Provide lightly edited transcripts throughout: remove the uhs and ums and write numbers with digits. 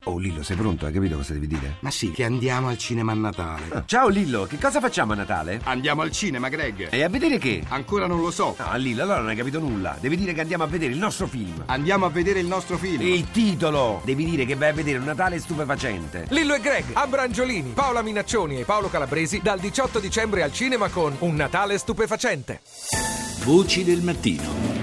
Oh Lillo, sei pronto? Hai capito cosa devi dire? Ma sì, che andiamo al cinema a Natale. Ciao Lillo, che cosa facciamo a Natale? Andiamo al cinema, Greg. E a vedere che? Ancora non lo so. No, Lillo, allora non hai capito nulla. Devi dire che andiamo a vedere il nostro film. Andiamo a vedere il nostro film. Il titolo! Devi dire che vai a vedere un Natale stupefacente. Lillo e Greg, Abrangiolini, Paola Minaccioni e Paolo Calabresi dal 18 dicembre al cinema con Un Natale stupefacente. Voci del mattino.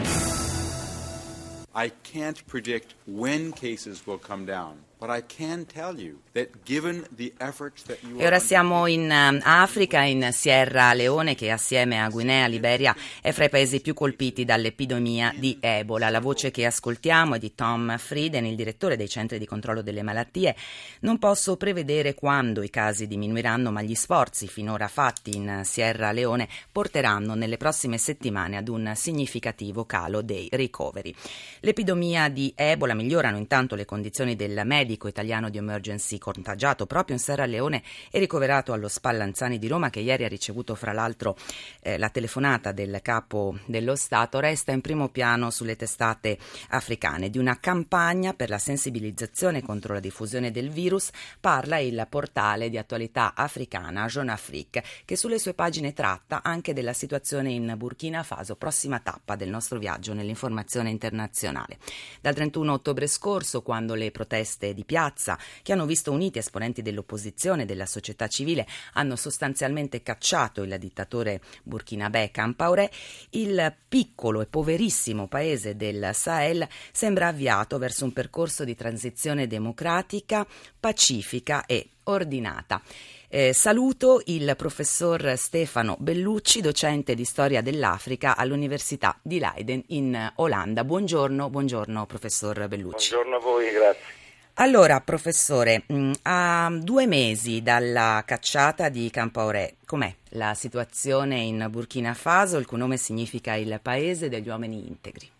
I can't predict when cases will come down, but I can tell you that given the efforts that you E ora siamo in Africa, in Sierra Leone, che assieme a Guinea, Liberia è fra i paesi più colpiti dall'epidemia di Ebola. La voce che ascoltiamo è di Tom Frieden, il direttore dei centri di controllo delle malattie. Non posso prevedere quando i casi diminuiranno, ma gli sforzi finora fatti in Sierra Leone porteranno nelle prossime settimane ad un significativo calo dei ricoveri. L'epidemia di Ebola migliorano intanto le condizioni del medico italiano di Emergency contagiato proprio in Sierra Leone e ricoverato allo Spallanzani di Roma, che ieri ha ricevuto fra l'altro la telefonata del capo dello Stato. Resta in primo piano sulle testate africane. Di una campagna per la sensibilizzazione contro la diffusione del virus parla il portale di attualità africana Jeune Afrique, che sulle sue pagine tratta anche della situazione in Burkina Faso, prossima tappa del nostro viaggio nell'informazione internazionale. Dal 31 ottobre scorso, quando le proteste di piazza, che hanno visto uniti esponenti dell'opposizione e della società civile, hanno sostanzialmente cacciato il dittatore burkinabè Campaoré, il piccolo e poverissimo paese del Sahel sembra avviato verso un percorso di transizione democratica, pacifica e ordinata. Saluto il professor Stefano Bellucci, docente di storia dell'Africa all'Università di Leiden in Olanda. Buongiorno professor Bellucci. Buongiorno a voi, grazie. Allora, professore, a 2 mesi dalla cacciata di Campaoré, com'è la situazione in Burkina Faso, il cui nome significa il paese degli uomini integri?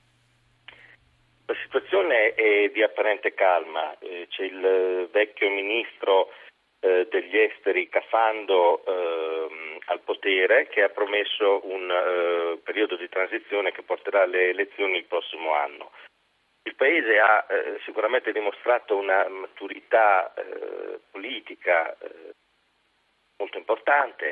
La situazione è di apparente calma. C'è il vecchio ministro degli esteri Kafando al potere, che ha promesso un periodo di transizione che porterà alle elezioni il prossimo anno. Il paese ha sicuramente dimostrato una maturità politica molto importante,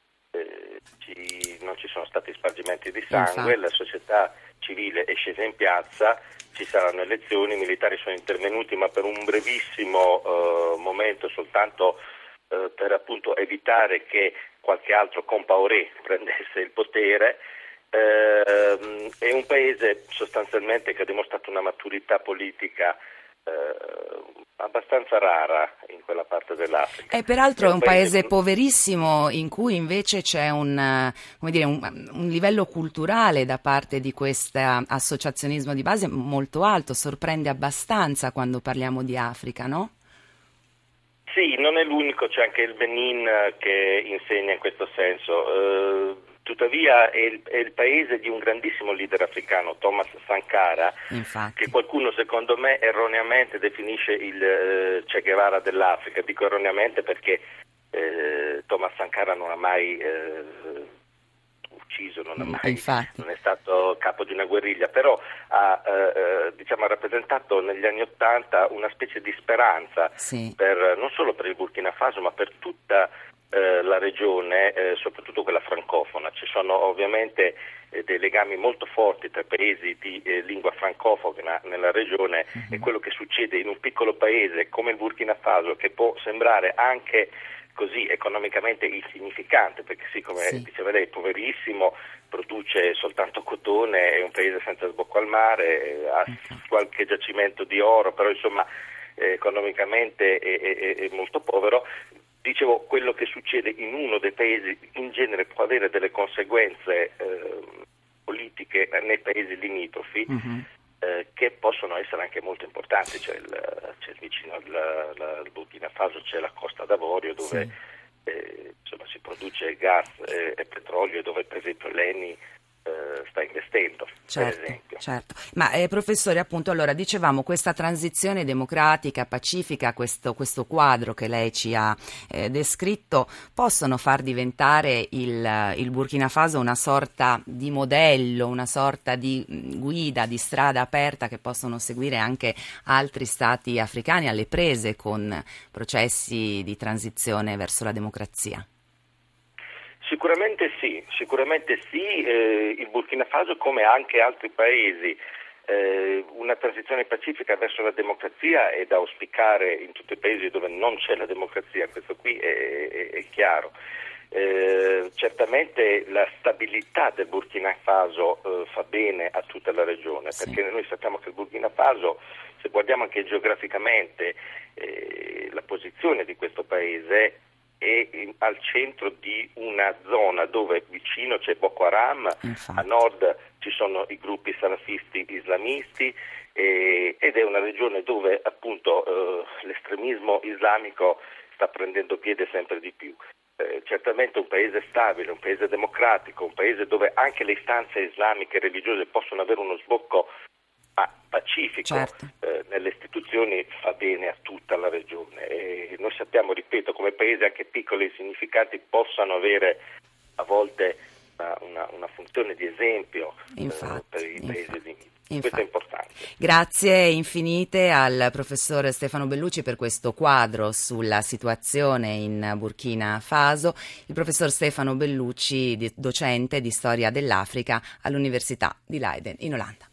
non ci sono stati spargimenti di sangue, la società civile è scesa in piazza, ci saranno elezioni, i militari sono intervenuti ma per un brevissimo momento, soltanto per appunto evitare che qualche altro Compaoré prendesse il potere. È un paese sostanzialmente che ha dimostrato una maturità politica abbastanza rara in quella parte dell'Africa. E peraltro è un paese poverissimo, in cui invece c'è un livello culturale da parte di questo associazionismo di base molto alto. Sorprende abbastanza quando parliamo di Africa, no? Sì, non è l'unico, c'è anche il Benin che insegna in questo senso. Tuttavia è il paese di un grandissimo leader africano, Thomas Sankara, che qualcuno secondo me erroneamente definisce il Che Guevara dell'Africa. Dico erroneamente perché Thomas Sankara non ha mai ucciso, non è stato capo di una guerriglia, però ha rappresentato negli anni '80 una specie di speranza non solo per il Burkina Faso ma per tutta la regione, soprattutto quella francofona. Ci sono ovviamente dei legami molto forti tra paesi di lingua francofona nella regione e quello che succede in un piccolo paese come il Burkina Faso, che può sembrare anche così economicamente insignificante, perché come diceva lei, poverissimo, produce soltanto cotone, è un paese senza sbocco al mare, ha qualche giacimento di oro, però insomma economicamente è molto povero. Dicevo, quello che succede in uno dei paesi in genere può avere delle conseguenze politiche nei paesi limitrofi che possono essere anche molto importanti. C'è vicino al Burkina Faso c'è la Costa d'Avorio dove si produce gas e petrolio, dove per esempio l'Eni sta investendo, per esempio. Certo. Ma professore, appunto, allora dicevamo questa transizione democratica, pacifica, questo quadro che lei ci ha descritto, possono far diventare il Burkina Faso una sorta di modello, una sorta di guida, di strada aperta che possono seguire anche altri stati africani alle prese con processi di transizione verso la democrazia? Sicuramente sì. Il Burkina Faso, come anche altri paesi, una transizione pacifica verso la democrazia è da auspicare in tutti i paesi dove non c'è la democrazia, questo qui è chiaro. Certamente la stabilità del Burkina Faso fa bene a tutta la regione, perché noi sappiamo che il Burkina Faso, se guardiamo anche geograficamente la posizione di questo paese, è al centro di una zona dove vicino c'è Boko Haram, a nord ci sono i gruppi salafisti islamisti ed è una regione dove appunto l'estremismo islamico sta prendendo piede sempre di più. Certamente un paese stabile, un paese democratico, un paese dove anche le istanze islamiche e religiose possono avere uno sbocco pacifico nelle istituzioni fa bene a tutta la regione e noi sappiamo, ripeto, come paesi anche piccoli e insignificanti possano avere a volte una funzione di esempio per i paesi limitrofi. Questo è importante. Grazie infinite al professor Stefano Bellucci per questo quadro sulla situazione in Burkina Faso. Il professor Stefano Bellucci, docente di storia dell'Africa all'Università di Leiden in Olanda.